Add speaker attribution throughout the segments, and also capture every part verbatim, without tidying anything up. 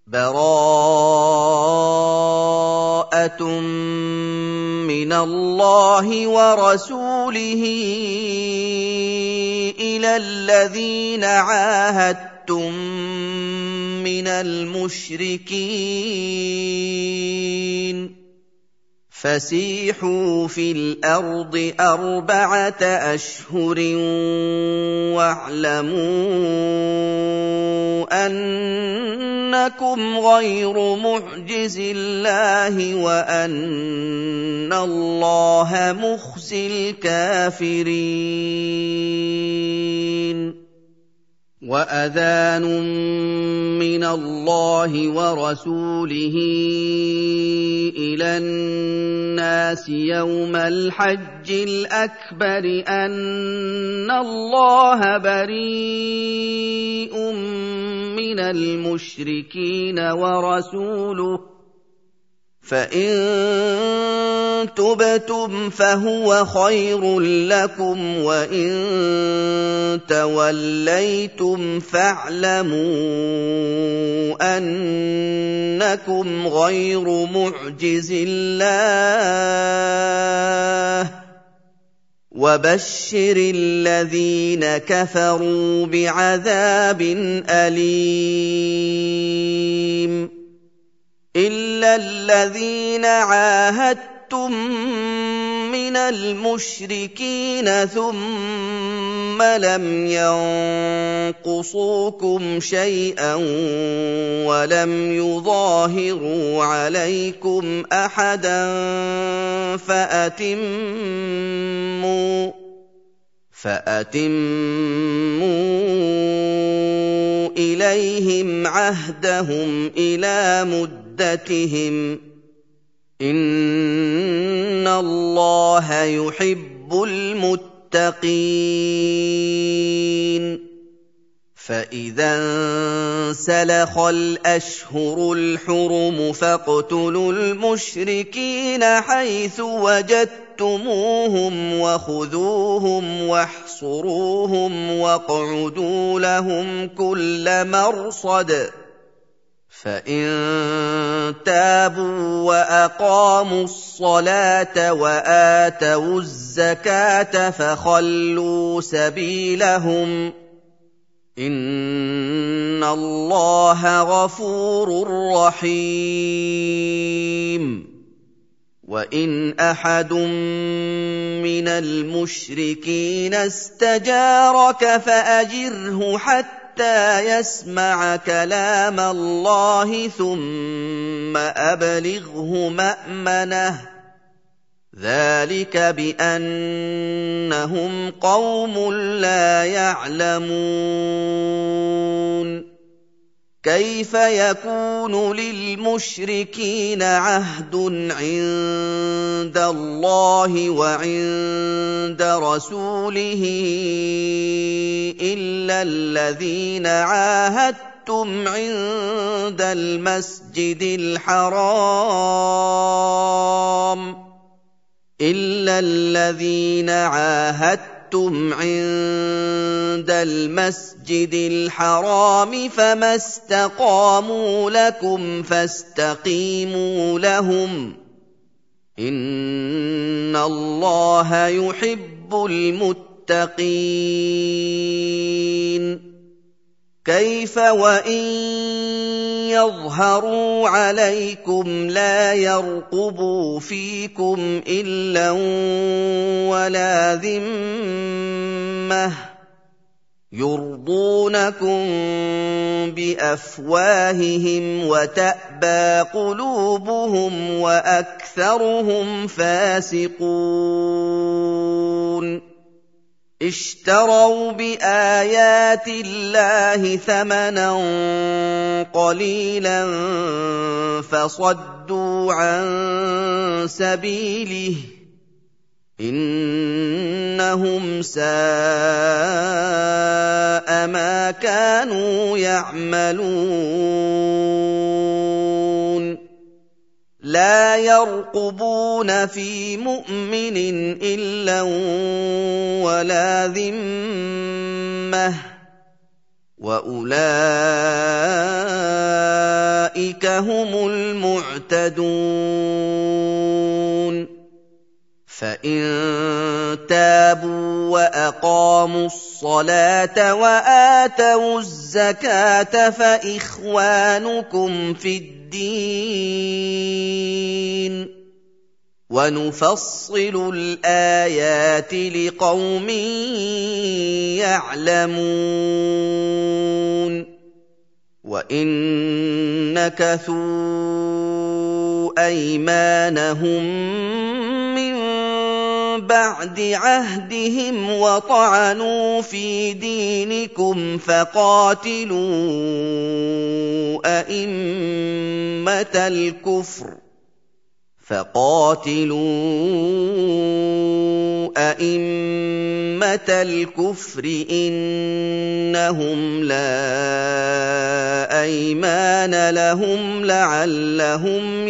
Speaker 1: بَرَاءَةٌ مِّنَ اللَّهِ وَرَسُولِهِ إِلَى الَّذِينَ عَاهَدتُّم مِّنَ الْمُشْرِكِينَ فَسِيحُوا فِي الْأَرْضِ أَرْبَعَةَ أَشْهُرٍ وَاعْلَمُوا أَنَّكُمْ غَيْرُ مُعْجِزِي اللَّهِ وَأَنَّ اللَّهَ مُخْزِي الْكَافِرِينَ وَأَذَانٌ مِّنَ اللَّهِ وَرَسُولِهِ إِلَى النَّاسِ يَوْمَ الْحَجِّ الْأَكْبَرِ أَنَّ اللَّهَ بَرِيءٌ مِّنَ الْمُشْرِكِينَ وَرَسُولُهُ فَإِن تُبْتُمْ فَهُوَ خَيْرٌ لَّكُمْ وَإِن تَوَلَّيْتُمْ فَاعْلَمُوا أَنَّكُمْ غَيْرُ مُعْجِزِي اللَّهِ وَبَشِّرِ الَّذِينَ كَفَرُوا بِعَذَابٍ أَلِيمٍ إِلَّا الَّذِينَ عَاهَدتُّم مِّنَ الْمُشْرِكِينَ ثُمَّ لَمْ يَنقُصُوكُمْ شَيْئًا وَلَمْ يُظَاهِرُوا عَلَيْكُمْ أَحَدًا فَأَتِمُّوا فَأَتِمُّوا إِلَيْهِمْ عَهْدَهُمْ إِلَىٰ مُدَّتِهِمْ ۚ إِنَّ اللَّهَ يُحِبُّ الْمُتَّقِينَ فَإِذَا انسَلَخَ الْأَشْهُرُ الْحُرُمُ فَاقْتُلُوا الْمُشْرِكِينَ حَيْثُ وَجَدتُّمُوهُمْ وَخُذُوهُمْ وَاحْصُرُوهُمْ وَاقْعُدُوا لَهُمْ كُلَّ مَرْصَدٍ فَإِن تَابُوا وَأَقَامُوا الصَّلَاةَ وَآتَوُا الزَّكَاةَ فَخَلُّوا سَبِيلَهُمْ ۚ إِنَّ اللَّهَ غَفُورٌ رَّحِيمٌ وَإِنْ أَحَدٌ مِّنَ الْمُشْرِكِينَ اسْتَجَارَكَ فَأَجِرْهُ حَتَّىٰ يَسْمَعَ كَلَامَ اللَّهِ ثُمَّ أَبْلِغْهُ مَأْمَنَهُ ۚ ذَٰلِكَ بِأَنَّهُمْ قَوْمٌ لَّا يَعْلَمُونَ كَيْفَ يَكُونُ لِلْمُشْرِكِينَ عَهْدٌ عِندَ اللَّهِ وَعِندَ رَسُولِهِ إِلَّا الَّذِينَ عَاهَدتُّمْ عِندَ الْمَسْجِدِ الْحَرَامِ إِلَّا الَّذِينَ عَاهَدتُّمْ عِندَ الْمَسْجِدِ الْحَرَامِ فَمَا اسْتَقَامُوا لَكُمْ فَاسْتَقِيمُوا لَهُمْ ۚ إِنَّ اللَّهَ يُحِبُّ الْمُتَّقِينَ كَيْفَ وَإِن يَظْهَرُوا عَلَيْكُمْ لَا يَرْقُبُوا فِيكُمْ إِلًّا وَلَا ذِمَّةً يُرْضُونَكُم بِأَفْوَاهِهِمْ وَتَأْبَىٰ قُلُوبُهُمْ وَأَكْثَرُهُمْ فَاسِقُونَ اشْتَرَوْا بِآيَاتِ اللَّهِ ثَمَنًا قَلِيلًا فَصَدُّوا عَن سَبِيلِهِ ۚ إِنَّهُمْ سَاءَ مَا كَانُوا يَعْمَلُونَ لَا يَرْقُبُونَ فِي مُؤْمِنٍ إِلًّا وَلَا ذِمَّةً ۚ وَأُولَٰئِكَ مهتدون فإن تابوا وأقاموا الصلاة وآتوا الزكاة فإخوانكم في الدين ونفصل الآيات لقوم يعلمون وإن نكثوا أيمانهم من بعد عهدهم وطعنوا في دينكم فقاتلوا أئمة الكفر فقاتلوا أئمة الكفر إنهم لا أيمان لهم لعلهم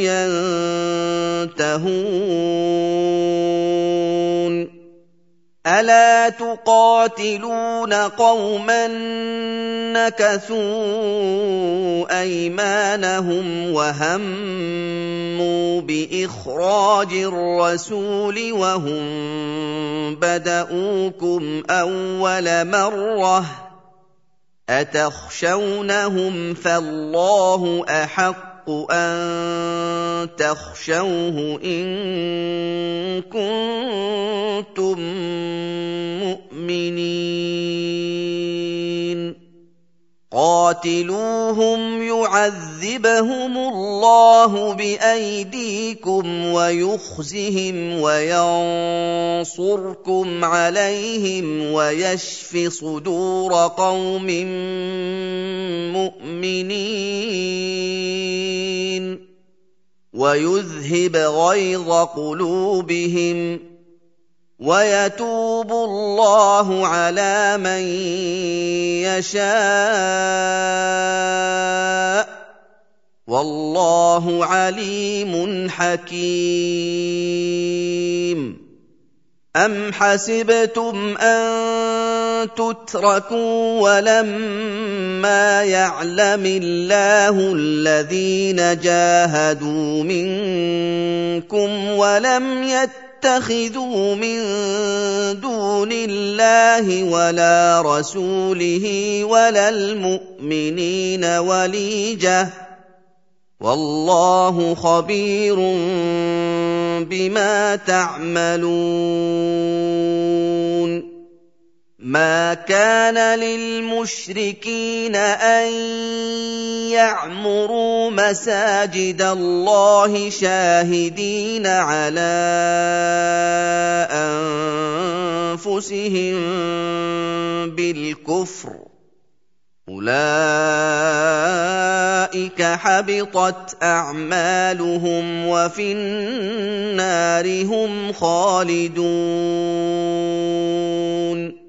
Speaker 1: ينتهون ألا تقاتلون قوما نكثوا أيمانهم وهموا بإخراج الرسول وهم بدؤوكم أول مرة أتخشونهم فالله أحق أن تخشوه إن كنتم مؤمنين قاتلوهم يعذبهم الله بأيديكم ويخزهم وينصركم عليهم ويشف صدور قوم مؤمنين ويذهب غيظ قلوبهم ويتوب الله على من يشاء والله عليم حكيم أم حسبتم أن تتركوا ولما يعلم الله الذين جاهدوا منكم ولم يتقوا اتخذوا من دون الله ولا رسوله ولا المؤمنين وليجة والله خبير بما تعملون ما كان للمشركين أن يعمروا مساجد الله شاهدين على أنفسهم بالكفر أولئك حبطت أعمالهم وفي النار هم خالدون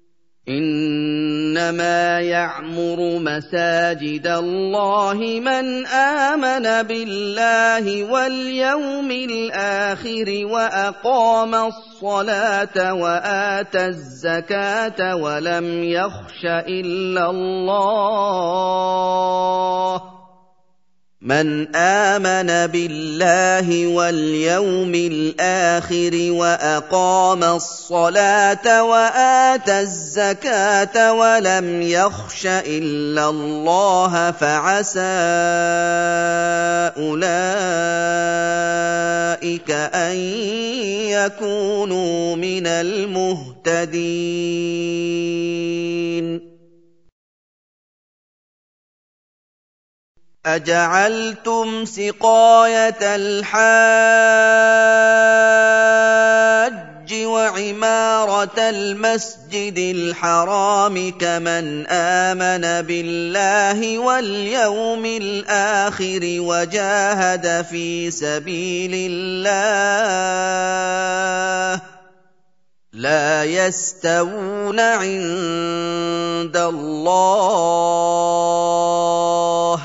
Speaker 1: إنما يعمر مساجد الله من آمن بالله واليوم الآخر وأقام الصلاة وآتى الزكاة ولم يخش إلا الله من آمن بالله واليوم الآخر وأقام الصلاة وآتى الزكاة ولم يخش إلا الله فعسى أولئك أن يكونوا من المهتدين أجعلتم سقاية الحاج وعمارة المسجد الحرام كمن آمن بالله واليوم الآخر وجاهد في سبيل الله لا يستوون عند الله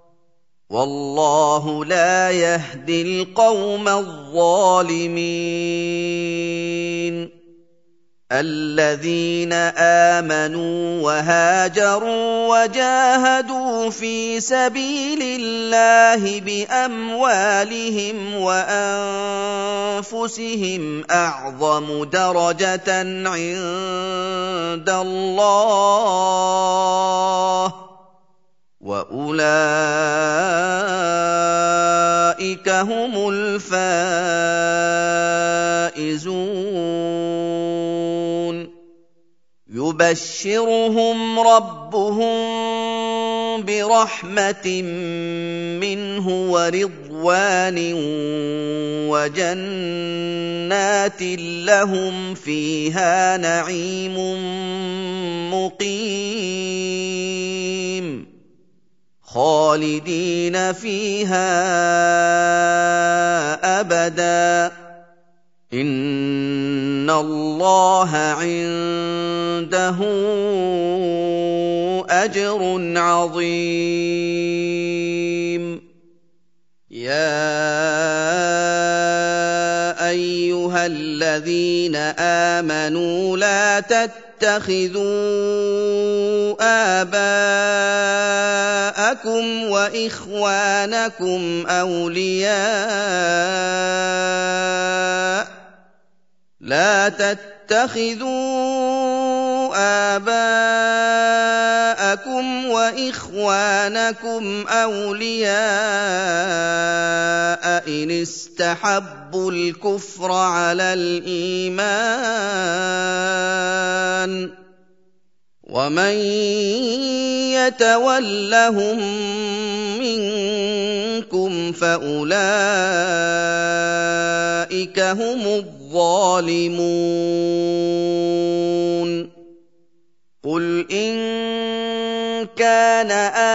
Speaker 1: والله لا يهدي القوم الظالمين الذين آمنوا وهاجروا وجاهدوا في سبيل الله بأموالهم وأنفسهم أعظم درجة عند الله وأولئك هم الفائزون يبشرهم ربهم برحمة منه ورضوان وجنات لهم فيها نعيم مقيم خالدين فيها أبدا إن الله عنده أجر عظيم يا أيها الذين آمنوا لا تتخذوا آباءكم وإخوانكم أولياء لا تتخذوا آباءكم وإخوانكم أولياء إن استحبوا الكفر على الإيمان ومن يتولهم منكم فأولئك هم الظالمون قل إن كان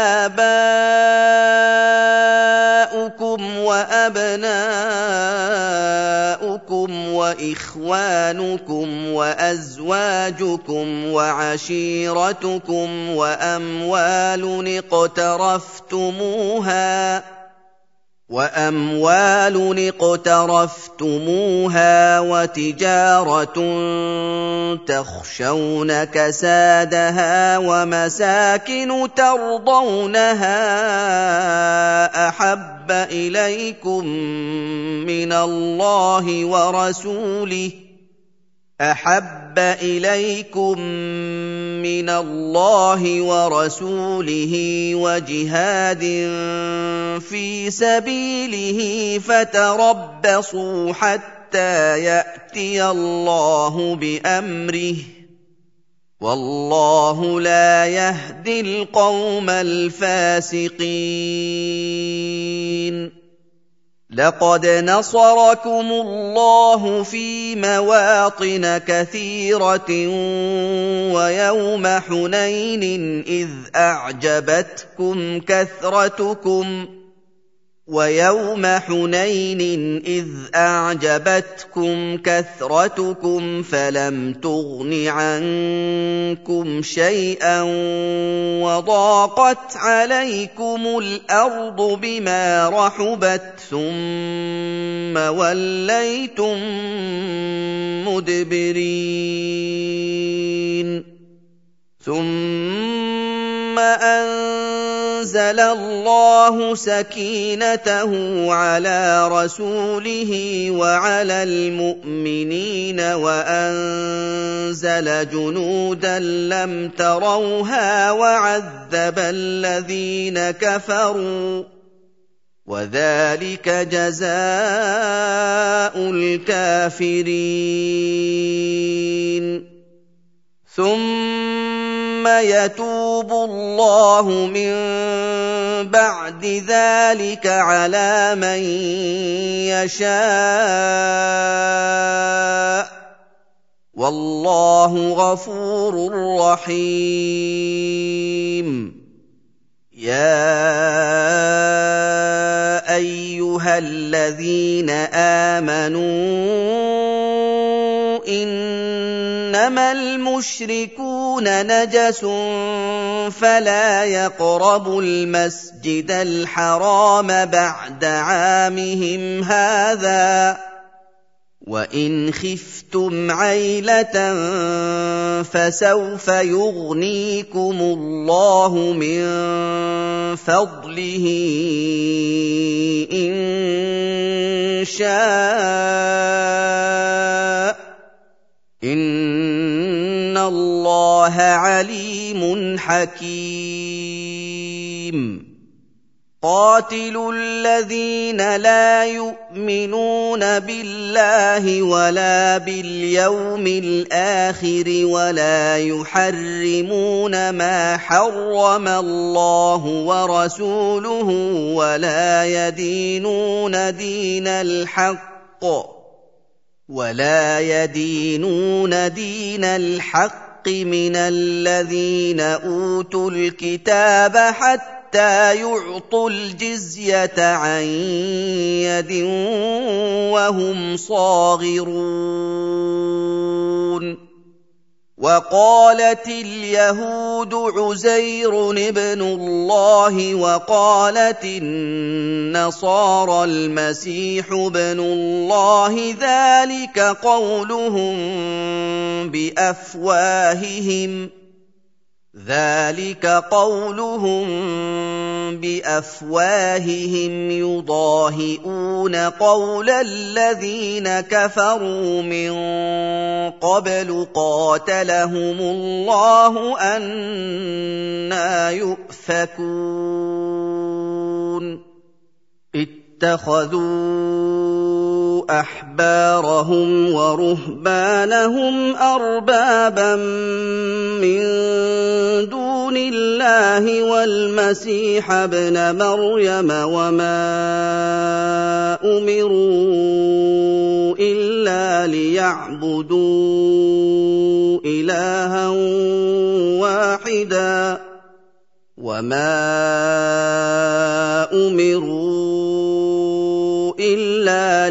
Speaker 1: آباؤكم وأبناؤكم وإخوانكم وأزواجكم وعشيرتكم وأموال اقترفتموها وأموال اقترفتموها وتجارة تخشون كسادها ومساكن ترضونها أحب إليكم من الله ورسوله أحب إليكم من الله ورسوله وجهاد في سبيله فتربصوا حتى يأتي الله بأمره والله لا يهدي القوم الفاسقين لقد نصركم الله في مواطن كثيرة ويوم حنين إذ أعجبتكم كثرتكم ويوم حنين إذ أعجبتكم كثرتكم فلم تغن عنكم شيئا وضاقت عليكم الأرض بما رحبت ثم وليتم مدبرين ثم أنزل الله سكينته على رسوله وعلى المؤمنين وأنزل جنودا لم تروها وعذب الذين كفروا وذلك جزاء الكافرين ثم يتوب الله من بعد ذلك على من يشاء والله غفور رحيم يا أيها الذين آمنوا إنما المشركون نجس فلا يقربوا المسجد الحرام بعد عامهم هذا وَإِنْ خِفْتُمْ عَيْلَةً فَسَوْفَ يُغْنِيكُمُ اللَّهُ مِنْ فَضْلِهِ إِنْ شَاءَ ۚ إِنَّ اللَّهَ عَلِيمٌ حَكِيمٌ. قاتلوا الذين لا يؤمنون بالله ولا باليوم الآخر ولا يحرمون ما حرم الله ورسوله ولا يدينون دين الحق ولا يدينون دين الحق من الذين أوتوا الكتاب حتى حتى يعطوا الجزية عن يد وهم صاغرون. وقالت اليهود عزير ابن الله وقالت النصارى المسيح ابن الله، ذلك قولهم بأفواههم ذلك قولهم بأفواههم يضاهئون قول الذين كفروا من قبل قاتلهم الله أنى يؤفكون. اتخذوا أحبارهم ورهبانهم أربابا من دون الله والمسيح ابن مريم وما أمروا إلا ليعبدوا إلها واحدا وما أمروا إلا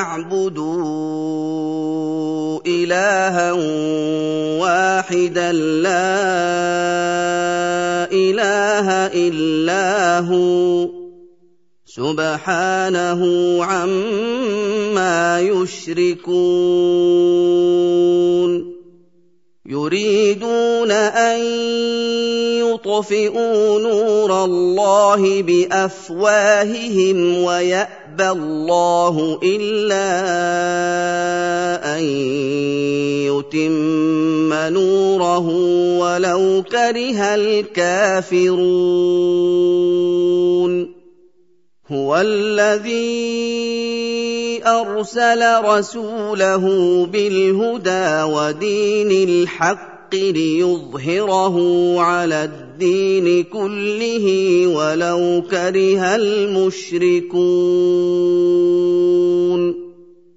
Speaker 1: ليعبدوا إلها واحدا لا إله إلا هو سبحانه عما يشركون. يريدون أن يطفئوا نور الله بأفواههم ويأبى الله إلا أن يتم نوره ولو كره الكافرون. هو الذي أرسل رسوله بالهدى ودين الحق ليظهره على الدين كله ولو كره المشركون.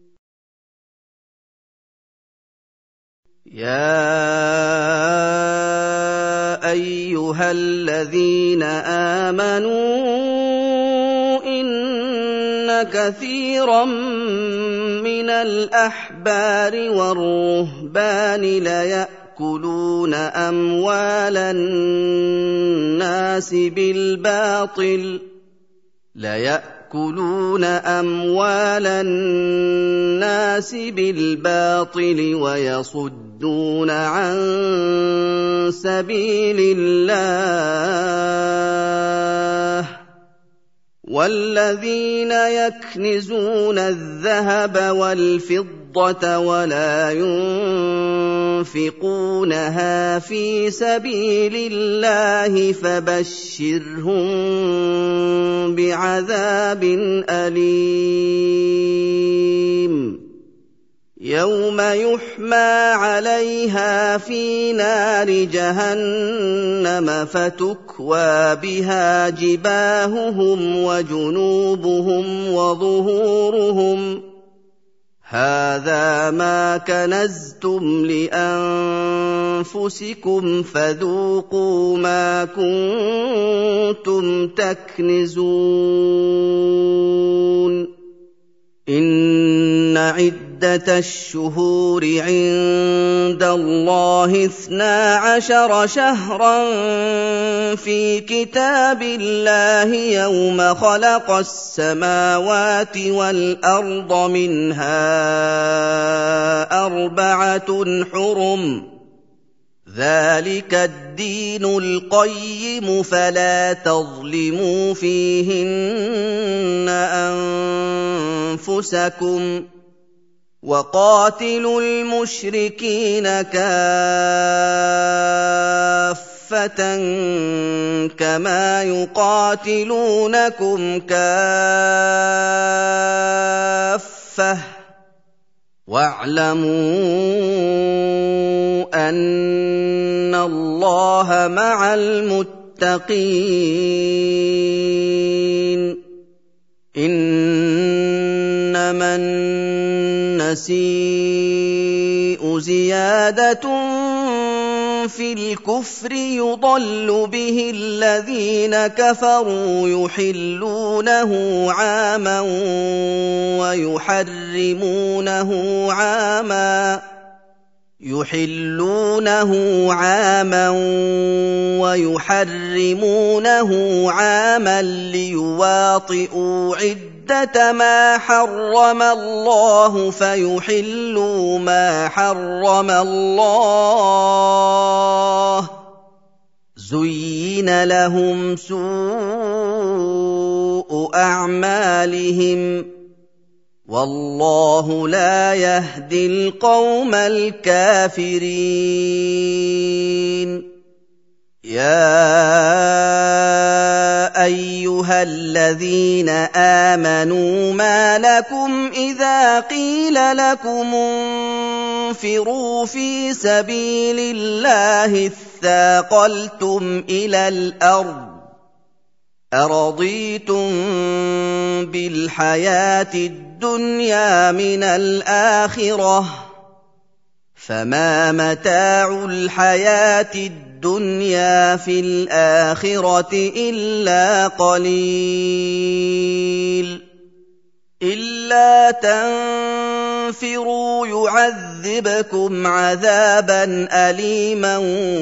Speaker 1: يا أيها الذين آمنوا كثيرا من الأحبار والرهبان ليأكلون أموال الناس بالباطل ليأكلون أموال الناس بالباطل ويصدون عن سبيل الله. والذين يكنزون الذهب والفضة ولا ينفقونها في سبيل الله فبشرهم بعذاب أليم. يوم يحمى عليها في نار جهنم فتكوى بها جباههم وجنوبهم وظهورهم هذا ما كنزتم لأنفسكم فذوقوا ما كنتم تكنزون. إن عدة عدة الشهور عند الله اثنا عشر شهرا في كتاب الله يوم خلق السماوات والأرض منها أربعة حرم ذلك الدين القيم فلا تظلموا فيهن أنفسكم وقاتلوا المشركين كافة كما يقاتلونكم كافة واعلموا أن الله مع المتقين إنما النسيء زيادة في الكفر يضل به الذين كفروا يحلونه عاما ويحرمونه عاما يحلونه عاما ويحرمونه عاما ليواطئوا عدة ما حرم الله فيحلوا ما حرم الله زين لهم سوء أعمالهم والله لا يهدي القوم الكافرين يا أيها الذين آمنوا ما لكم إذا قيل لكم انفروا في سبيل الله اثاقلتم إلى الأرض أرضيتم بالحياة الدنيا من الآخرة فما متاع الحياة الدنيا في الآخرة إلا قليل إلا تنفروا يعذبكم عذابا أليما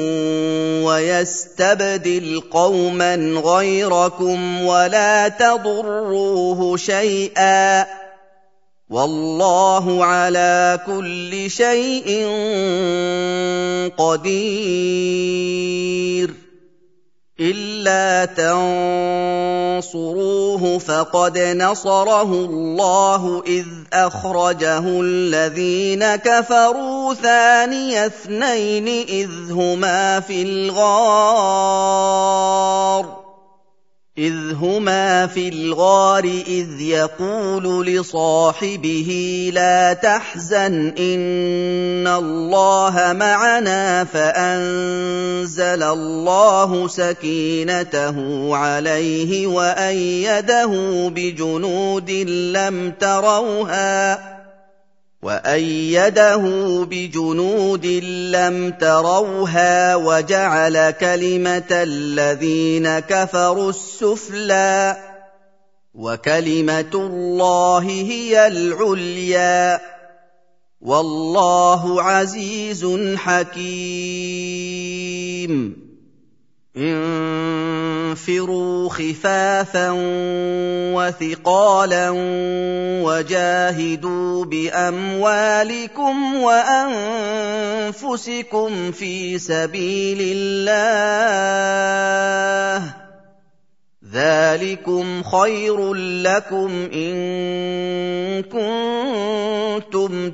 Speaker 1: ويستبدل قوما غيركم ولا تضروه شيئا والله على كل شيء قدير إلا تنصروه فقد نصره الله إذ أخرجه الذين كفروا ثاني اثنين إذ هما في الغار إذ هما في الغار إذ يقول لصاحبه لا تحزن إن الله معنا فأنزل الله سكينته عليه وأيده بجنود لم تروها وأيده بجنود لم تروها وجعل كلمة الذين كفروا السفلى وكلمة الله هي العليا والله عزيز حكيم انفروا خفافا وثقالا وجاهدوا بأموالكم وأنفسكم في سبيل الله ذلكم خير لكم إن كنتم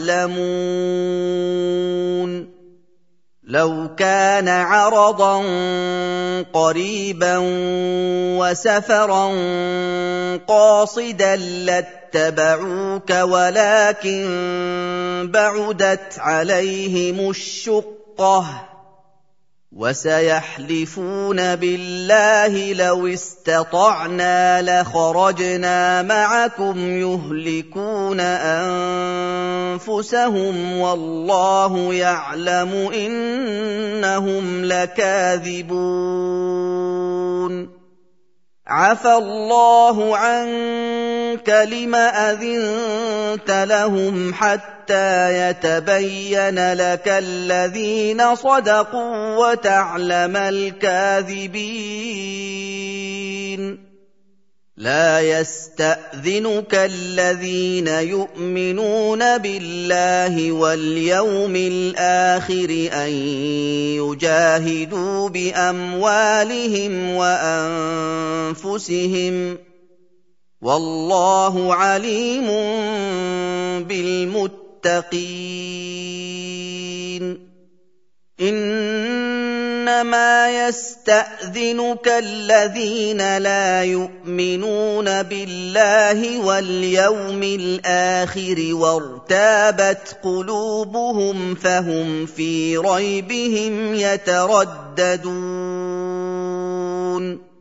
Speaker 1: تعلمون لو كان عرضا قريبا وسفرا قاصدا لاتبعوك ولكن بعدت عليهم الشقة وسيحلفون بالله لو استطعنا لخرجنا معكم يهلكون أنفسهم والله يعلم إنهم لكاذبون عَفَا اللَّهُ عَنكَ لِمَ أَذِنتَ لَهُمْ حَتَّىٰ يَتَبَيَّنَ لَكَ الَّذِينَ صَدَقُوا وَتَعْلَمَ الْكَاذِبِينَ لَا يَسْتَأْذِنُكَ الَّذِينَ يُؤْمِنُونَ بِاللَّهِ وَالْيَوْمِ الْآخِرِ أَن يُجَاهِدُوا بِأَمْوَالِهِمْ وَأَنفُسِهِمْ ۗ وَاللَّهُ عَلِيمٌ بِالْمُتَّقِينَ إِنَّمَا يَسْتَأْذِنُكَ الَّذِينَ لَا يُؤْمِنُونَ بِاللَّهِ وَالْيَوْمِ الْآخِرِ وَارْتَابَتْ قُلُوبُهُمْ فَهُمْ فِي رَيْبِهِمْ يَتَرَدَّدُونَ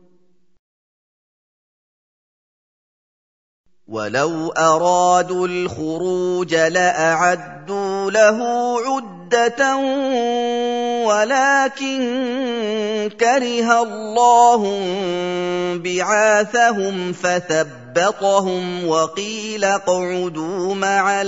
Speaker 1: وَلَوْ أَرَادُوا الْخُرُوجَ لَأَعَدُّوا لَهُ عُدَّةً وَلَٰكِن كَرِهَ اللَّهُ انبِعَاثَهُمْ فَثَبَّطَهُمْ وَقِيلَ اقْعُدُوا مَعَ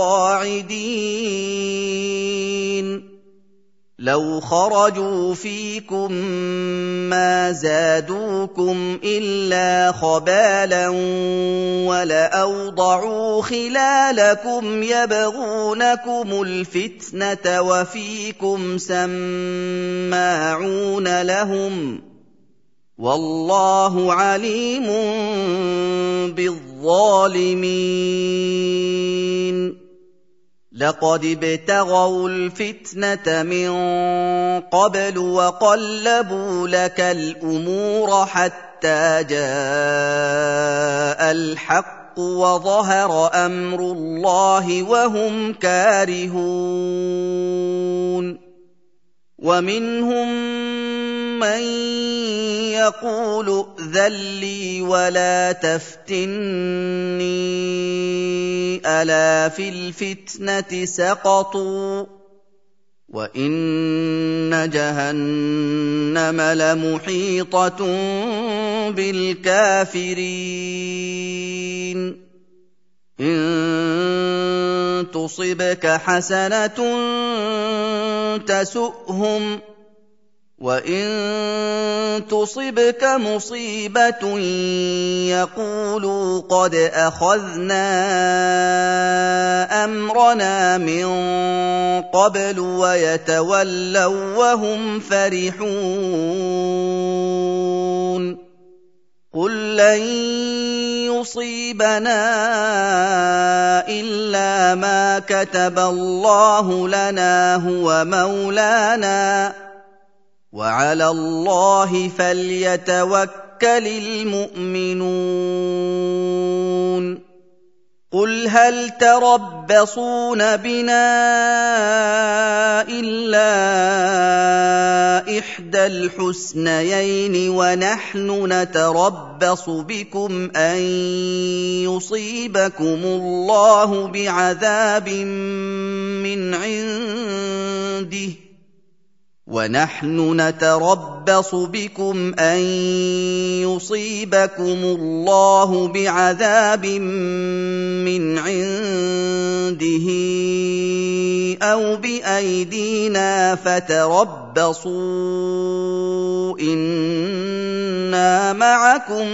Speaker 1: الْقَاعِدِينَ لَوْ خَرَجُوا فِيكُم مَّا زَادُوكُمْ إِلَّا خَبَالًا وَلَأَوْضَعُوا خِلَالَكُمْ يَبْغُونَكُمُ الْفِتْنَةَ وَفِيكُمْ سَمَّاعُونَ لَهُمْ ۗ وَاللَّهُ عَلِيمٌ بِالظَّالِمِينَ لَقَدِ ابْتَغَوُا الْفِتْنَةَ مِن قَبْلُ وَقَلَّبُوا لَكَ الْأُمُورَ حَتَّىٰ جَاءَ الْحَقُّ وَظَهَرَ أَمْرُ اللَّهِ وَهُمْ كَارِهُونَ وَمِنْهُم مَّن يَقُولُ ائْذَن لِّي وَلَا تَفْتِنِّي أَلَا فِي الْفِتْنَةِ سَقَطُوا وَإِنَّ جَهَنَّمَ لَمُحِيطَةٌ بِالْكَافِرِينَ إِن تُصِبْكَ حَسَنَةٌ تَسُؤْهُمْ وَإِن تُصِبْكَ مُصِيبَةٌ يَقُولُوا قَدْ أَخَذْنَا أَمْرَنَا مِن قَبْلُ وَيَتَوَلَّوا وَّهُمْ فَرِحُونَ قُل لَّن يُصِيبَنَا إِلَّا مَا كَتَبَ اللَّهُ لَنَا هُوَ مَوْلَانَا ۚ وَعَلَى اللَّهِ فَلْيَتَوَكَّلِ الْمُؤْمِنُونَ قُلْ هَلْ تَرَبَّصُونَ بِنَا إِلَّا إِحْدَى الْحُسْنَيَيْنِ وَنَحْنُ نَتَرَبَّصُ بِكُمْ أَن يُصِيبَكُمُ اللَّهُ بِعَذَابٍ مِّنْ عِندِهِ وَنَحْنُ نَتَرَبَّصُ بِكُمْ أَن يُصِيبَكُمُ اللَّهُ بِعَذَابٍ مِّنْ عِندِهِ أَوْ بِأَيْدِينَا فَتَرَبَّصُوا إِنَّا مَعَكُم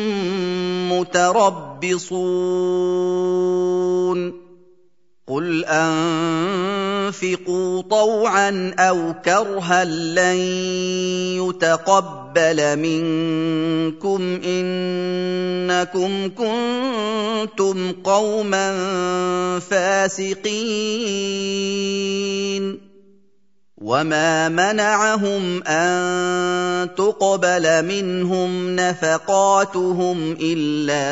Speaker 1: مُّتَرَبِّصُونَ قُلْ أَنفِقُوا طَوْعًا أَوْ كَرْهًا لَّن يُتَقَبَّلَ مِنكُمْ إِنَّكُمْ كُنتُمْ قَوْمًا فَاسِقِينَ وَمَا مَنَعَهُمْ أَن تُقْبَلَ مِنْهُمْ نَفَقَاتُهُمْ إِلَّا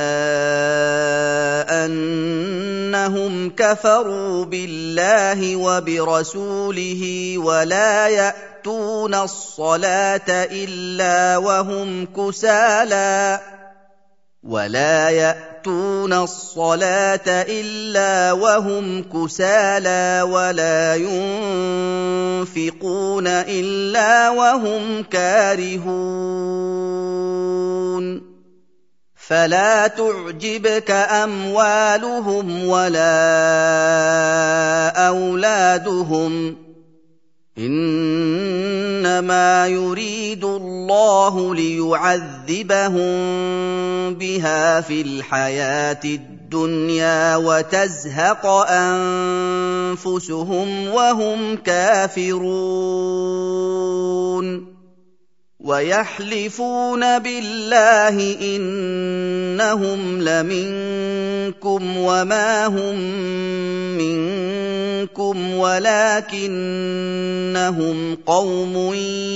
Speaker 1: أَنَّهُمْ كَفَرُوا بِاللَّهِ وَبِرَسُولِهِ وَلَا يَأْتُونَ الصَّلَاةَ إِلَّا وَهُمْ كُسَالَىٰ وَلَا يَأْتُونَ الصَّلَاةَ إِلَّا وَهُمْ كُسَالَىٰ وَلَا يُنفِقُونَ إِلَّا وَهُمْ كَارِهُونَ فلا تعجبك أموالهم ولا أولادهم إنما يريد الله ليعذبهم بها في الحياة الدنيا وتزهق أنفسهم وهم كافرون ويحلفون بالله إنهم لمنكم وما هم منكم ولكنهم قوم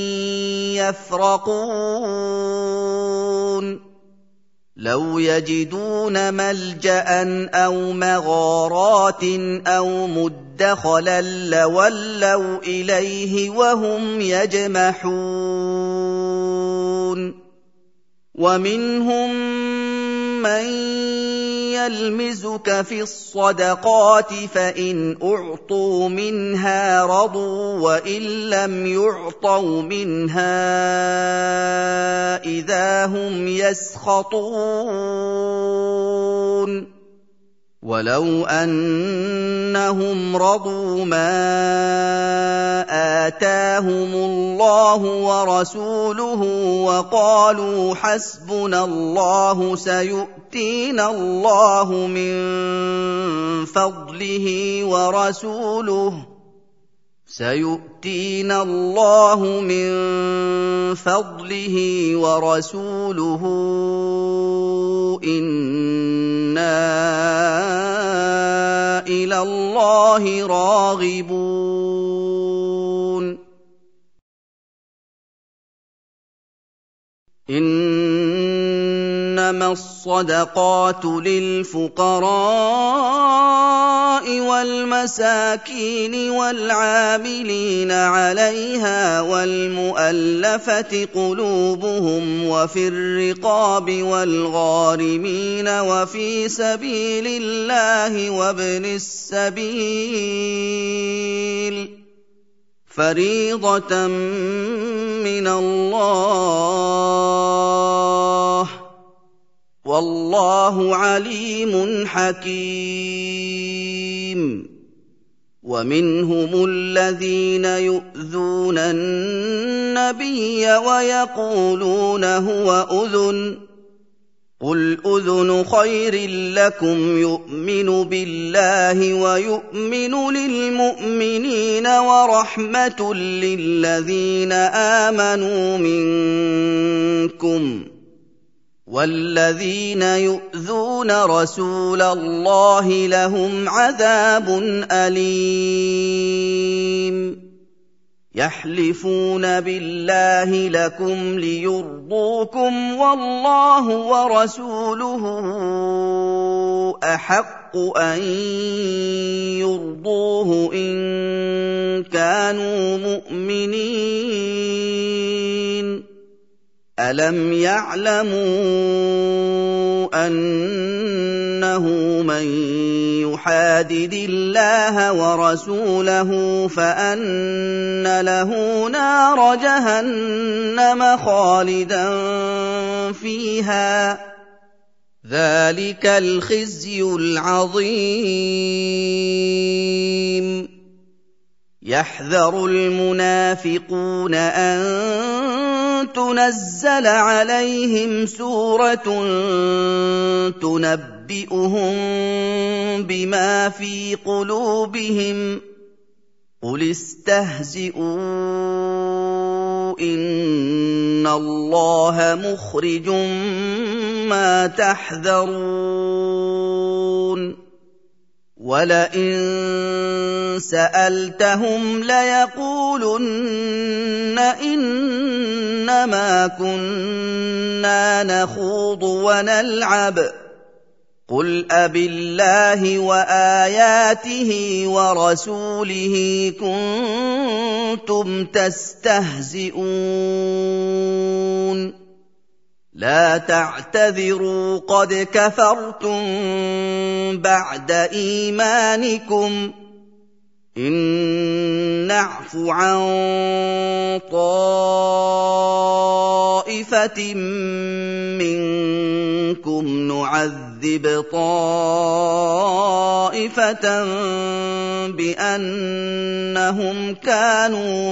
Speaker 1: يفرقون لو يجدون ملجأ أو مغارات أو مدخلا لولوا إليه وهم يجمحون ومنهم من يلمزك في الصدقات فإن أعطوا منها رضوا وإن لم يعطوا منها إذا هم يسخطون ولو أنهم رضوا ما آتاهم الله ورسوله وقالوا حسبنا الله سيؤتينا الله من فضله ورسوله سيؤتينا الله من فضله ورسوله إنا إلى الله راغبون إنما الصدقات للفقراء والمساكين والعاملين عليها والمؤلفة قلوبهم وفي الرقاب والغارمين وفي سبيل الله وابن السبيل فريضة من الله والله عليم حكيم ومنهم الذين يؤذون النبي ويقولون هو أذن قل أذن خير لكم يؤمن بالله ويؤمن للمؤمنين ورحمة للذين آمنوا منكم والذين يؤذون رسول الله لهم عذاب أليم يحلفون بالله لكم ليرضوكم والله ورسوله أحق أن يرضوه إن كانوا مؤمنين ألم يعلموا أنه من يحادد الله ورسوله فأن له نار جهنم خالدا فيها ذلك الخزي العظيم يحذر المنافقون أن تنزل عليهم سورة تنبئهم بما في قلوبهم قل استهزئوا إن الله مخرج ما تحذرون وَلَئِن سَأَلْتَهُمْ لَيَقُولُنَّ إِنَّمَا كُنَّا نَخُوضُ وَنَلْعَبُ ۚ قُلْ أَبِاللَّهِ وَآيَاتِهِ وَرَسُولِهِ كُنتُمْ تَسْتَهْزِئُونَ لَا تَعْتَذِرُوا قَدْ كَفَرْتُم بَعْدَ إِيمَانِكُمْ ۚ إِن نَّعْفُ عَن طَائِفَةٍ مِّنكُمْ منكم نعذب طائفة بأنهم كانوا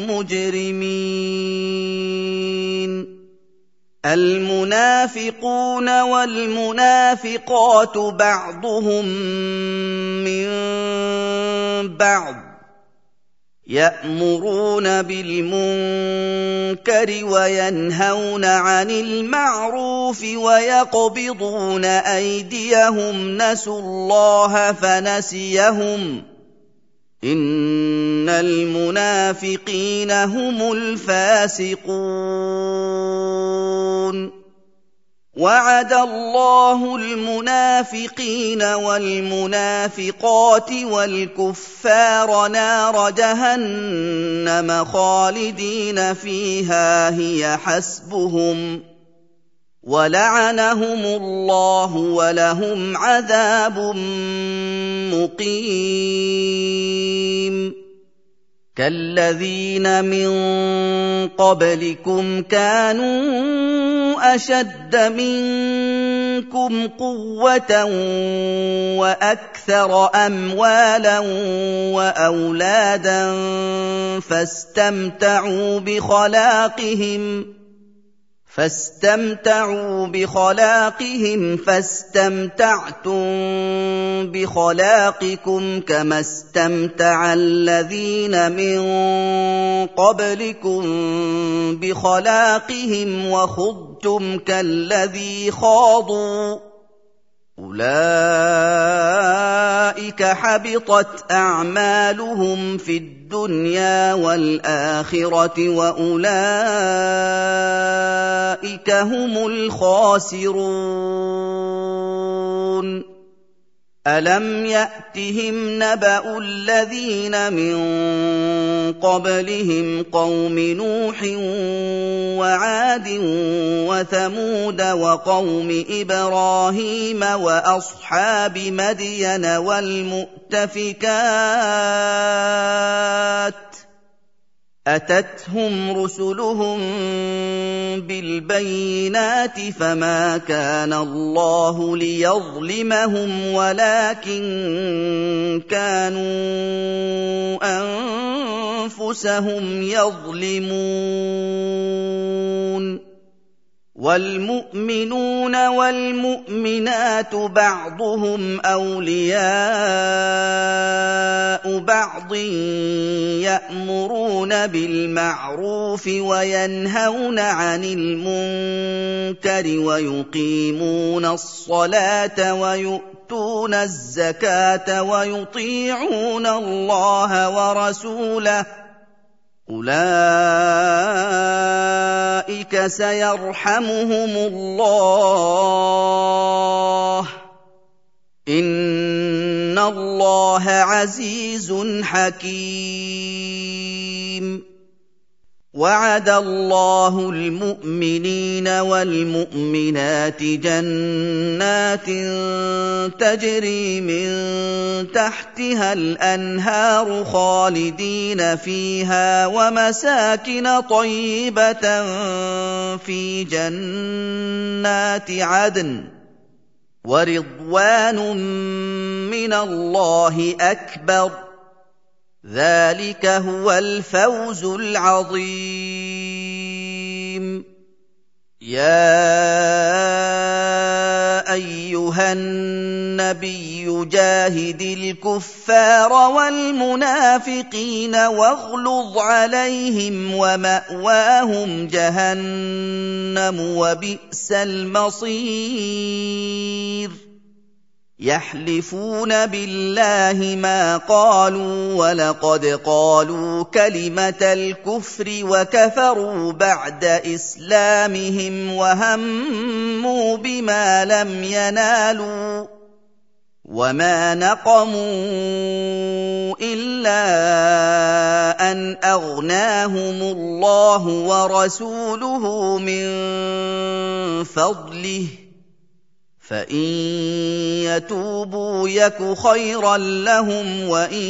Speaker 1: مجرمين المنافقون والمنافقات بعضهم من بعض يأمرون بالمنكر وينهون عن المعروف ويقبضون أيديهم نسوا الله فنسيهم إن المنافقين هم الفاسقون وعد الله المنافقين والمنافقات والكفار نار جهنم خالدين فيها هي حسبهم ولعنهم الله ولهم عذاب مقيم كالذين من قبلكم كانوا أشد منكم قوة وأكثر أموالا وأولادا فاستمتعوا بخلاقهم فاستمتعوا بخلاقهم فاستمتعتم بخلاقكم كما استمتع الذين من قبلكم بخلاقهم وخضتم كالذي خاضوا أولئك حبطت أعمالهم في الدنيا والآخرة وأولئك هم الخاسرون ألم يأتهم نبأ الذين من قبلهم قوم نوح وعاد وثمود وقوم إبراهيم وأصحاب مدين والمؤتفكات أتتهم رسلهم بالبينات فما كان الله ليظلمهم ولكن كانوا أنفسهم يظلمون والمؤمنون والمؤمنات بعضهم أولياء بعض يأمرون بالمعروف وينهون عن المنكر ويقيمون الصلاة ويؤتون الزكاة ويطيعون الله ورسوله أولئك سيرحمهم الله إن الله عزيز حكيم وعد الله المؤمنين والمؤمنات جنات تجري من تحتها الأنهار خالدين فيها ومساكن طيبة في جنات عدن ورضوان من الله أكبر ذلك هو الفوز العظيم يا أيها النبي جاهد الكفار والمنافقين واغلظ عليهم ومأواهم جهنم وبئس المصير يحلفون بالله ما قالوا ولقد قالوا كلمة الكفر وكفروا بعد إسلامهم وهموا بما لم ينالوا وما نقموا إلا أن أغناهم الله ورسوله من فضله فإن يتوبوا يك خيرا لهم وإن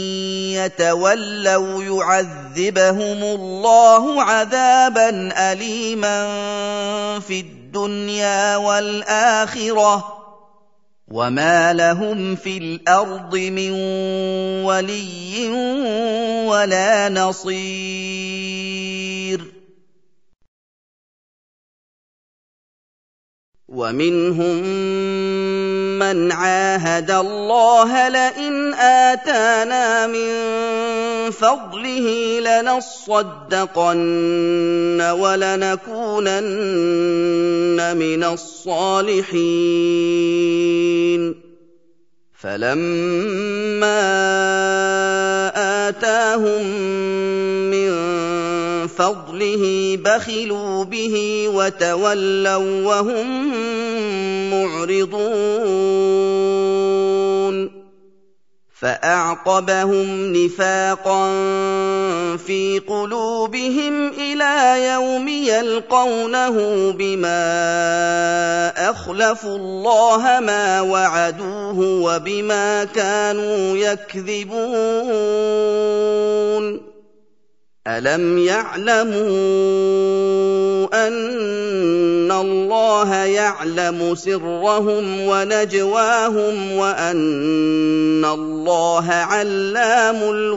Speaker 1: يتولوا يعذبهم الله عذابا أليما في الدنيا الدنيا والآخرة وما لهم في الأرض من ولي ولا نصير ومنهم من عاهد الله لئن آتانا من فضله لنصدقن ولنكونن من الصالحين فلما آتاهم من فضله بخلوا به وتولوا وهم معرضون فأعقبهم نفاقا في قلوبهم إلى يوم يلقونه بما أخلفوا الله ما وعدوه وبما كانوا يكذبون ألم يعلموا أن الله يعلم سرهم ونجواهم وأن الله علام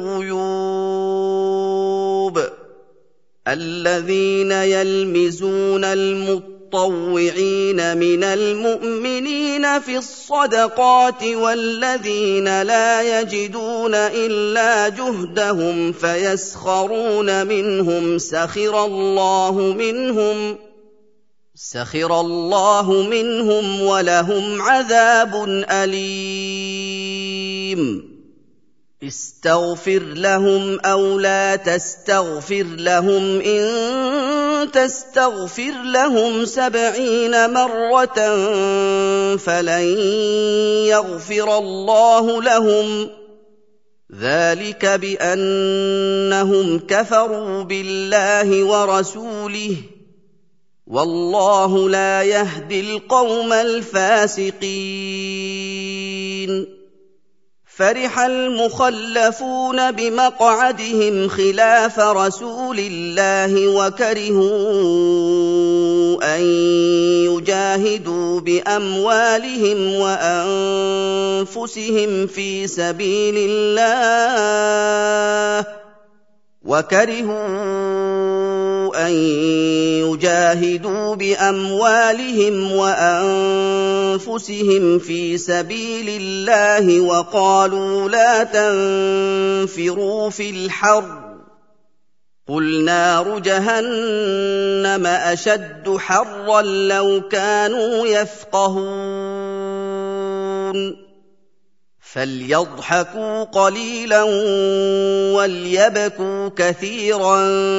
Speaker 1: الغيوب الذين يلمزون المطوعين من المؤمنين في الصدقات والذين لا يجدون إلا جهدهم فيسخرون منهم سخر الله منهم سخر الله منهم ولهم عذاب أليم استغفر لهم أو لا تستغفر لهم إن تستغفر لهم سبعين مرة فلن يغفر الله لهم ذلك بأنهم كفروا بالله ورسوله والله لا يهدي القوم الفاسقين فرح المخلفون بمقعدهم خلاف رسول الله وكرهوا أن يجاهدوا بأموالهم وأنفسهم في سبيل الله وكرهوا أن يجاهدوا بأموالهم وأنفسهم في سبيل الله وقالوا لا تنفروا في الحر قل نار جهنم أشد حرا لو كانوا يفقهون فليضحكوا قليلا وليبكوا كثيرا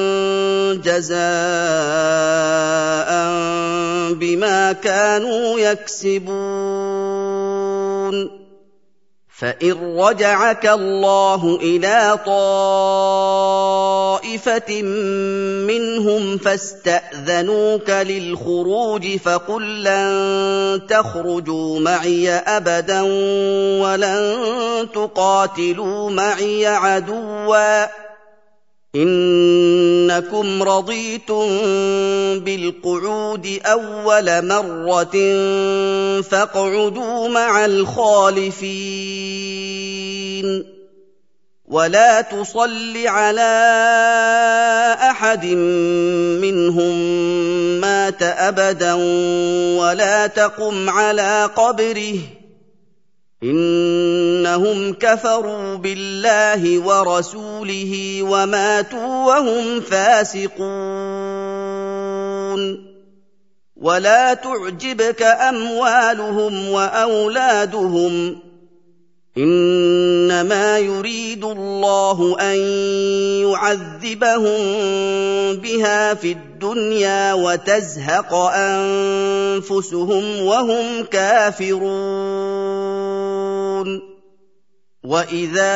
Speaker 1: جزاء بما كانوا يكسبون فإن رجعك الله إلى طائفة منهم فاستأذنوك للخروج فقل لن تخرجوا معي أبدا ولن تقاتلوا معي عدوا إنكم رضيتم بالقعود أول مرة فاقعدوا مع الخالفين ولا تصل على أحد منهم مات أبدا ولا تقم على قبره إنهم كفروا بالله ورسوله وماتوا وهم فاسقون ولا تعجبك أموالهم وأولادهم إنما يريد الله أن يعذبهم بها في الدنيا وتزهق أنفسهم وهم كافرون وإذا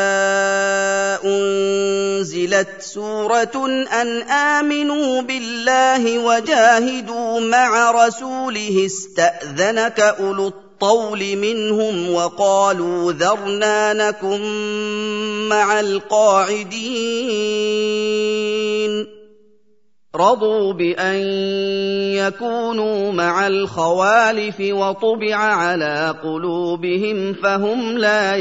Speaker 1: أنزلت سورة أن آمنوا بالله وجاهدوا مع رسوله استأذنك أولو الطول منهم وقالوا ذرنا نكن مع القاعدين رضوا بأن يكونوا مع الخوالف وطبع على قلوبهم فهم لا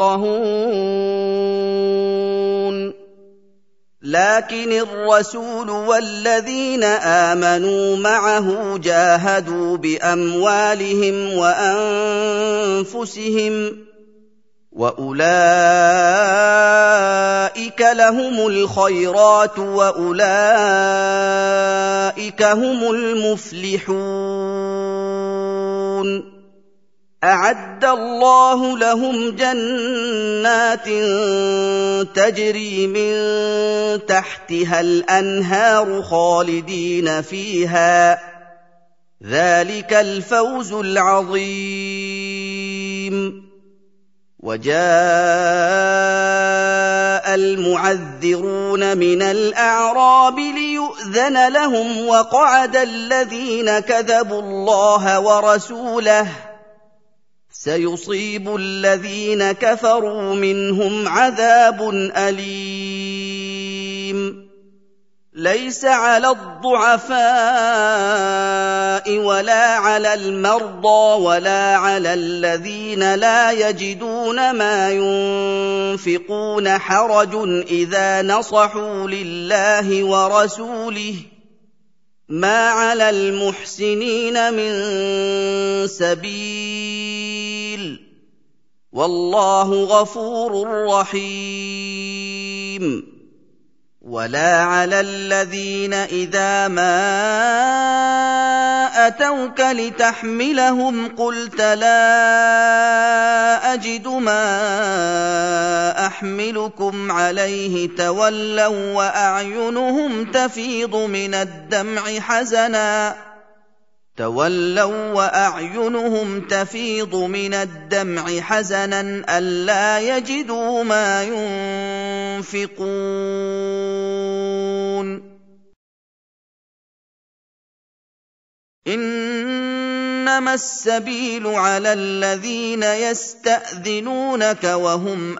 Speaker 1: يفقهون لكن الرسول والذين آمنوا معه جاهدوا بأموالهم وأنفسهم وأولئك لهم الخيرات وأولئك هم المفلحون أعد الله لهم جنات تجري من تحتها الأنهار خالدين فيها ذلك الفوز العظيم وجاء المعذرون من الأعراب ليؤذن لهم وقعد الذين كذبوا الله ورسوله سيصيب الذين كفروا منهم عذاب أليم ليس على الضعفاء ولا على المرضى ولا على الذين لا يجدون ما ينفقون حرج إذا نصحوا لله ورسوله ما على المحسنين من سبيل والله غفور رحيم ولا على الذين إذا ما أتوك لتحملهم قلت لا أجد ما أحملكم عليه تولوا وأعينهم تفيض من الدمع حزنا تولوا وأعينهم تفيض من الدمع حزنا ألا يجدوا ما ينفقون إنما السبيل على الذين يستأذنونك وهم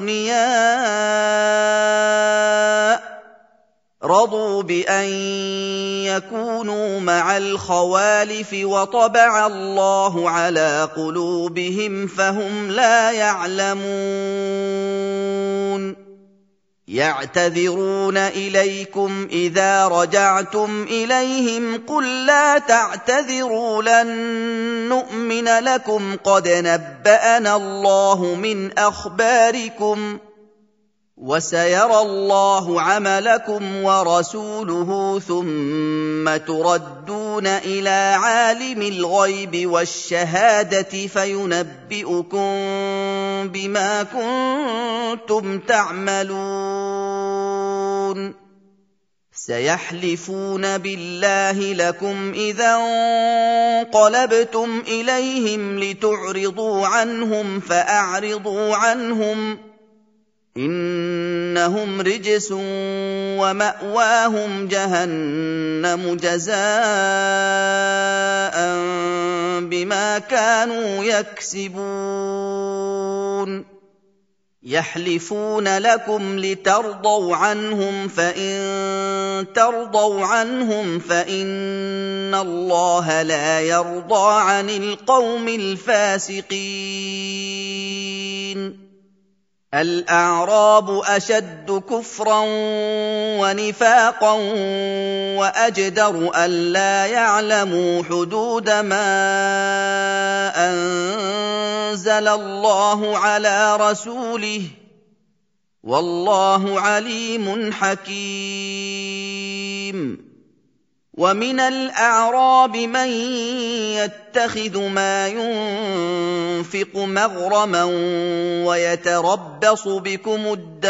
Speaker 1: أغنياء رضوا بأن يكونوا مع الخوالف وطبع الله على قلوبهم فهم لا يعلمون يعتذرون إليكم إذا رجعتم إليهم قل لا تعتذروا لن نؤمن لكم قد نبأنا الله من أخباركم وسيرى الله عملكم ورسوله ثم تردون إلى عالم الغيب والشهادة فينبئكم بما كنتم تعملون سيحلفون بالله لكم إذا انقلبتم إليهم لتعرضوا عنهم فأعرضوا عنهم إنهم رجس ومأواهم جهنم جزاء بما كانوا يكسبون يحلفون لكم لترضوا عنهم فإن ترضوا عنهم فإن الله لا يرضى عن القوم الفاسقين الأعراب أشد كفرا ونفاقا وأجدر ألا يعلموا حدود ما أنزل الله على رسوله والله عليم حكيم ومن الأعراب من يتخذ ما ينفق مغرما ويتربص بكم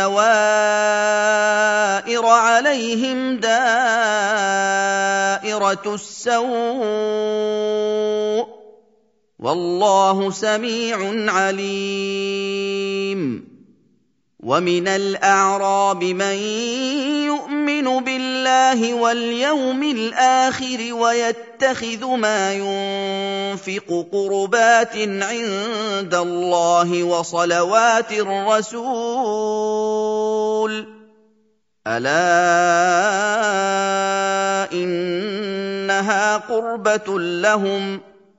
Speaker 1: الدوائر عليهم دائرة السوء والله سميع عليم ومن الأعراب من يؤمن بالله واليوم الآخر ويتخذ ما ينفق قربات عند الله وصلوات الرسول ألا إنها قربة لهم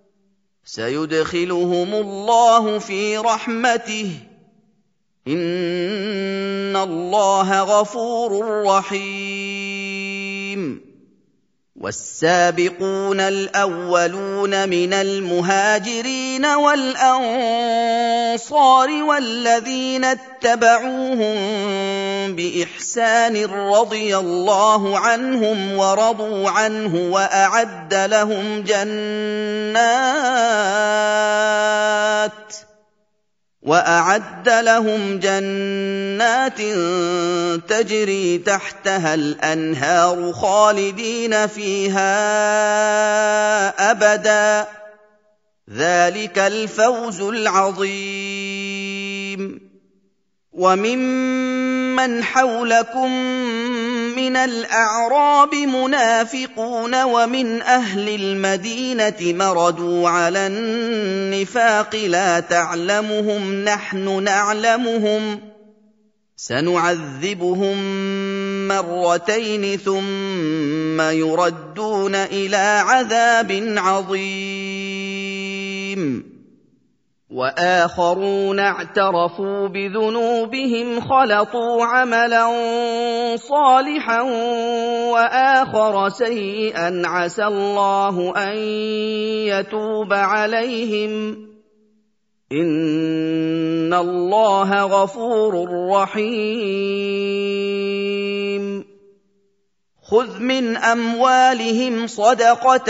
Speaker 1: سيدخلهم الله في رحمته إن الله غفور رحيم والسابقون الأولون من المهاجرين والأنصار والذين اتبعوهم بإحسان رضي الله عنهم ورضوا عنه وأعد لهم جنات وأعد لهم جنات تجري تحتها الأنهار خالدين فيها أبدا ذلك الفوز العظيم وممن حولكم من الأعراب منافقون ومن أهل المدينة مردوا على النفاق لا تعلمهم نحن نعلمهم سنعذبهم مرتين ثم يردون إلى عذاب عظيم وآخرون اعترفوا بذنوبهم خلطوا عملا صالحا وآخر سيئا عسى الله أن يتوب عليهم إن الله غفور رحيم خذ من أموالهم صدقة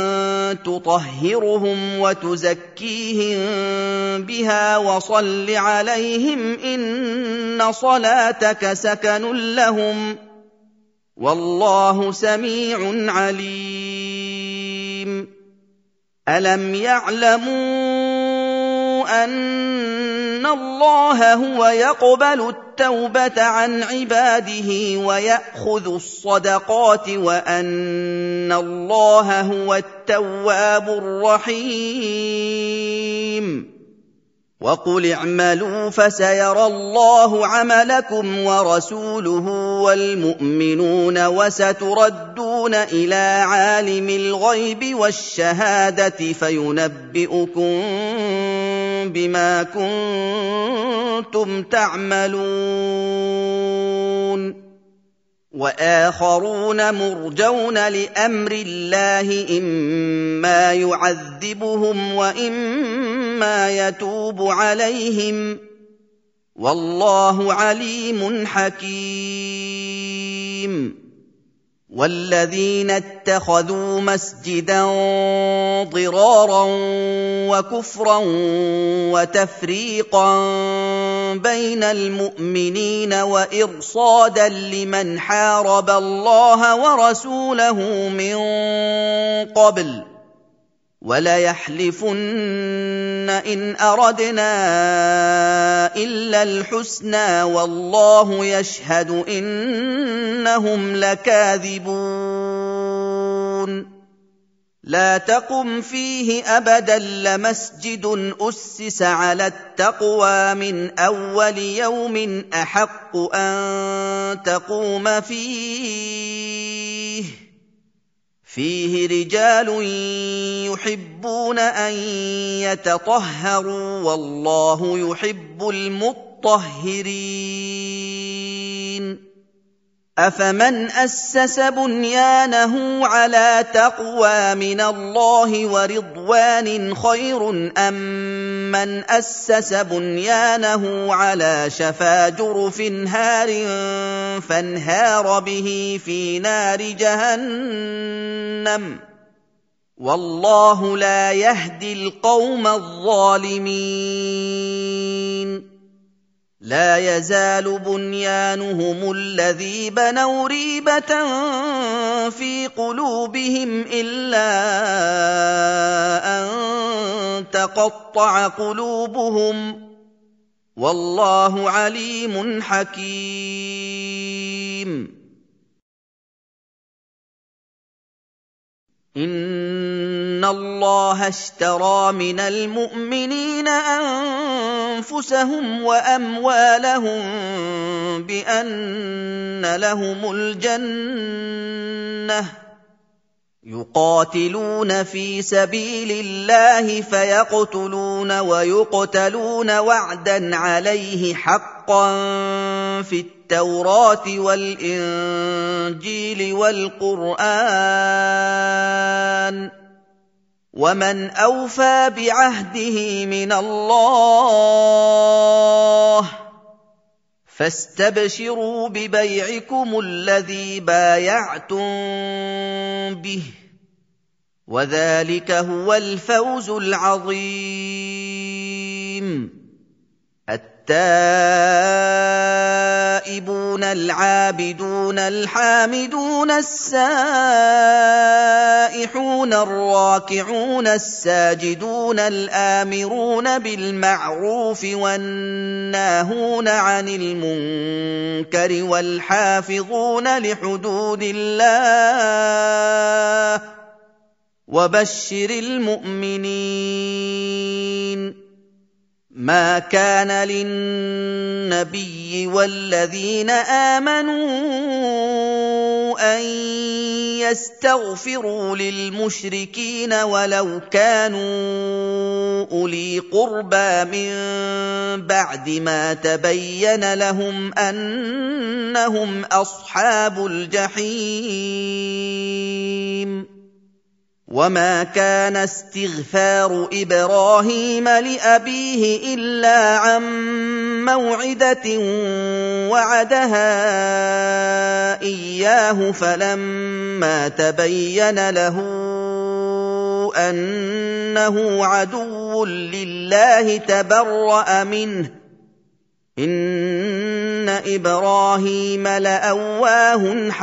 Speaker 1: تطهرهم وتزكيهم بها وصل عليهم إن صلاتك سكن لهم والله سميع عليم ألم يعلموا أن الله هو يقبل التوبة عن عباده ويأخذ الصدقات وأن الله هو التواب الرحيم وقل اعملوا فسيرى الله عملكم ورسوله والمؤمنون وستردون إلى عالم الغيب والشهادة فينبئكم بما كنتم تعملون وآخرون مرجون لأمر الله إما يعذبهم وإما يتوب عليهم والله عليم حكيم والذين اتخذوا مسجدا ضرارا وكفرا وتفريقا بين المؤمنين وإرصادا لمن حارب الله ورسوله من قبل وليحلفن إن أردنا إلا الحسنى والله يشهد إنهم لكاذبون لا تقم فيه أبدا لمسجد أسس على التقوى من أول يوم أحق أن تقوم فيه فيه رجال يحبون أن يتطهروا والله يحب المطهرين أفمن أسس بنيانه على تقوى من الله ورضوان خير أم من أسس بنيانه على شفا جرف هار فانهار به في نار جهنم والله لا يهدي القوم الظالمين لا يزال بنيانهم الذي بنوا ريبة في قلوبهم إلا أن تقطع قلوبهم والله عليم حكيم إِنَّ اللَّهَ اشْتَرَىٰ مِنَ الْمُؤْمِنِينَ أَنفُسَهُمْ وَأَمْوَالَهُم بِأَنَّ لَهُمُ الْجَنَّةَ يُقَاتِلُونَ فِي سَبِيلِ اللَّهِ فَيَقْتُلُونَ وَيُقْتَلُونَ وَعْدًا عَلَيْهِ حَقًّا فِي التَّوْرَاةِ وَالْإِنجِيلِ وَالْقُرْآنِ ۚ وَمَنْ أَوْفَىٰ بِعَهْدِهِ مِنَ اللَّهِ ۚ فَاسْتَبْشِرُوا بِبَيْعِكُمُ الَّذِي بَايَعْتُم بِهِ ۚ وَذَٰلِكَ هُوَ الْفَوْزُ الْعَظِيمُ. التائبون العابدون الحامدون السائحون الراكعون الساجدون الآمرون بالمعروف والناهون عن المنكر والحافظون لحدود الله وبشر المؤمنين. ما كان للنبي والذين آمنوا أن يستغفروا للمشركين ولو كانوا أولي قربى من بعد ما تبين لهم أنهم أصحاب الجحيم. وما كان استغفار إبراهيم لأبيه إلا عن موعدة وعدها إياه فلما تبين له أنه عدو لله تبرأ منه إن إبراهيم لأواه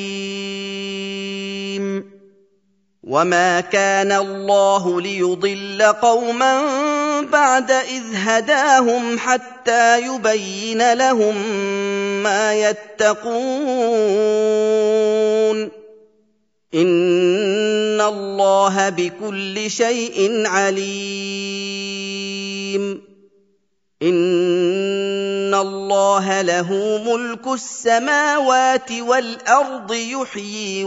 Speaker 1: حليم. وما كان الله ليضل قوما بعد إذ هداهم حتى يبين لهم ما يتقون إن الله بكل شيء عليم. إن الله له ملك السماوات والأرض يحيي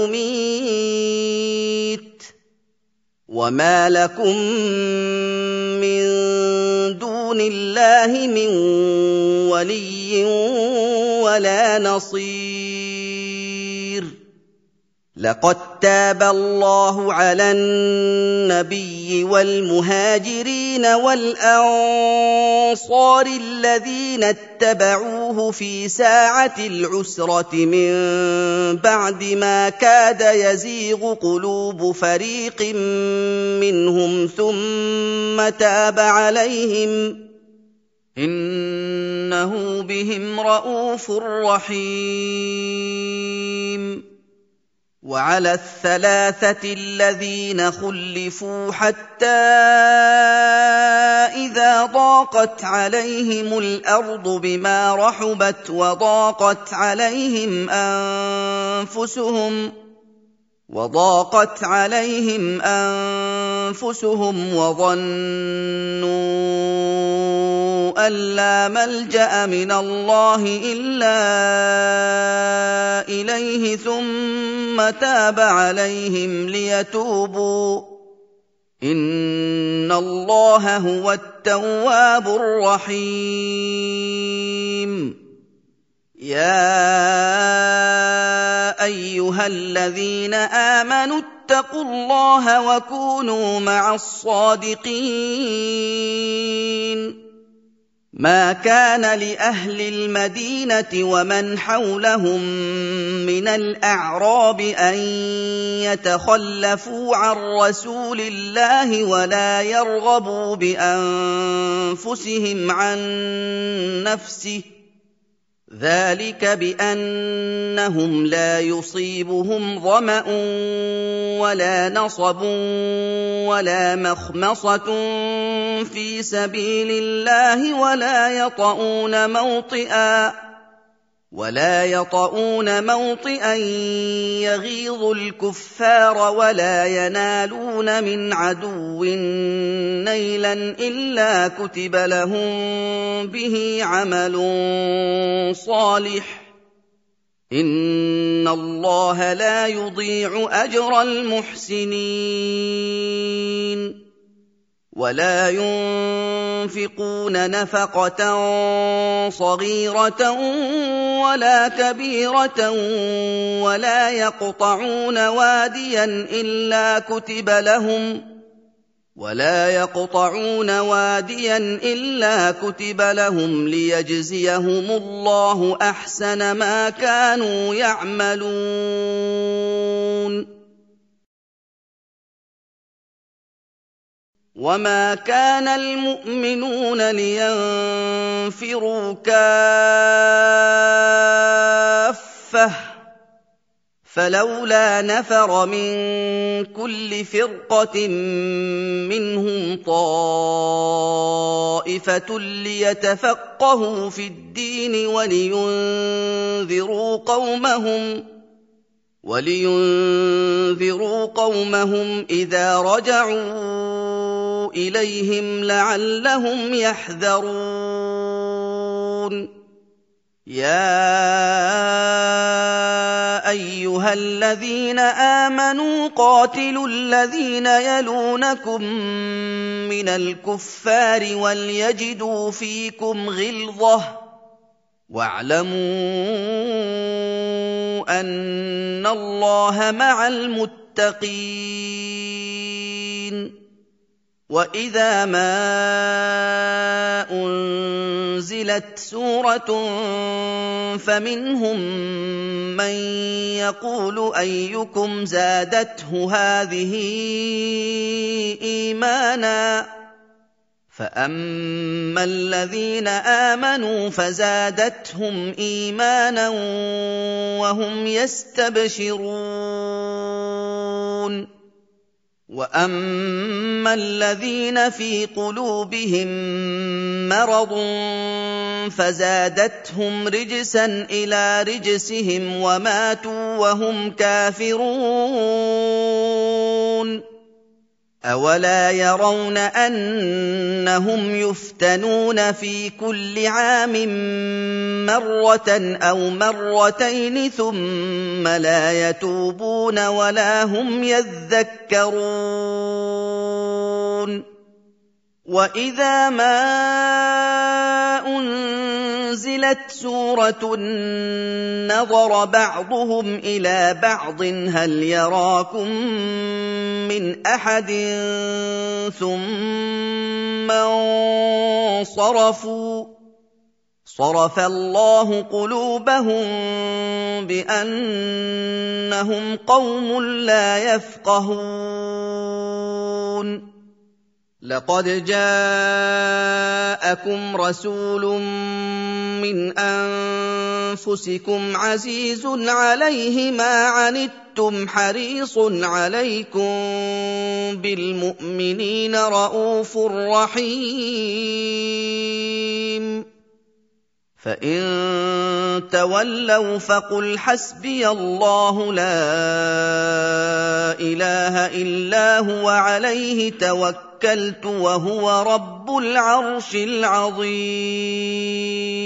Speaker 1: ويميت وما لكم من دون الله من ولي ولا نصير. لقد تاب الله على النبي والمهاجرين والأنصار الذين اتبعوه في ساعة العسرة من بعد ما كاد يزيغ قلوب فريق منهم ثم تاب عليهم إنه بهم رءوف رحيم. وعلى الثلاثة الذين خلفوا حتى إذا ضاقت عليهم الأرض بما رحبت وضاقت عليهم أنفسهم وضاقت عليهم أنفسهم وظنوا أن لا ملجأ من الله إلا إليه ثم تاب عليهم ليتوبوا إن الله هو التواب الرحيم. يا أيها الذين آمنوا اتقوا الله وكونوا مع الصادقين. ما كان لأهل المدينة ومن حولهم من الأعراب أن يتخلفوا عن رسول الله ولا يرغبوا بأنفسهم عن نفسه ذلك بأنهم لا يصيبهم ظمأ ولا نصب ولا مخمصة في سبيل الله ولا يطؤون موطئا ولا يطؤون موطئا يغيظ الكفار ولا ينالون من عدو نيلا إلا كتب لهم به عمل صالح إن الله لا يضيع أجر المحسنين ولا ينفقون نفقة صغيرة ولا كبيرة ولا يقطعون واديا إلا كتب لهم ولا يقطعون واديا إلا كتب لهم ليجزيهم الله أحسن ما كانوا يعملون وما كان المؤمنون لينفروا كافة فلولا نفر من كل فرقة منهم طائفة ليتفقهوا في الدين ولينذروا قومهم ولينذروا قومهم إذا رجعوا إليهم لعلهم يحذرون يا أيها الذين آمنوا قاتلوا الذين يلونكم من الكفار وليجدوا فيكم غلظة واعلموا أن الله مع المتقين وإذا ما أنزلت سورة فمنهم من يقول أيكم زادته هذه إيمانا فأما الذين آمنوا فزادتهم إيمانا وهم يستبشرون وأما الذين في قلوبهم مرض فزادتهم رجسا إلى رجسهم وماتوا وهم كافرون أولا يرون أنهم يفتنون في كل عام مرة أو مرتين ثم لا يتوبون ولا هم يذكرون وإذا ما أنزلت سورة نظر بعضهم إلى بعض هل يراكم من أحد ثم انصرفوا صرف الله قلوبهم بأنهم قوم لا يفقهون لقد جاءكم رسول من أنفسكم عزيز عليه ما عنتم حريص عليكم بالمؤمنين رءوف رحيم فإن تولوا فقل حسبي الله لا إله إلا هو عليه توكلت وهو رب العرش العظيم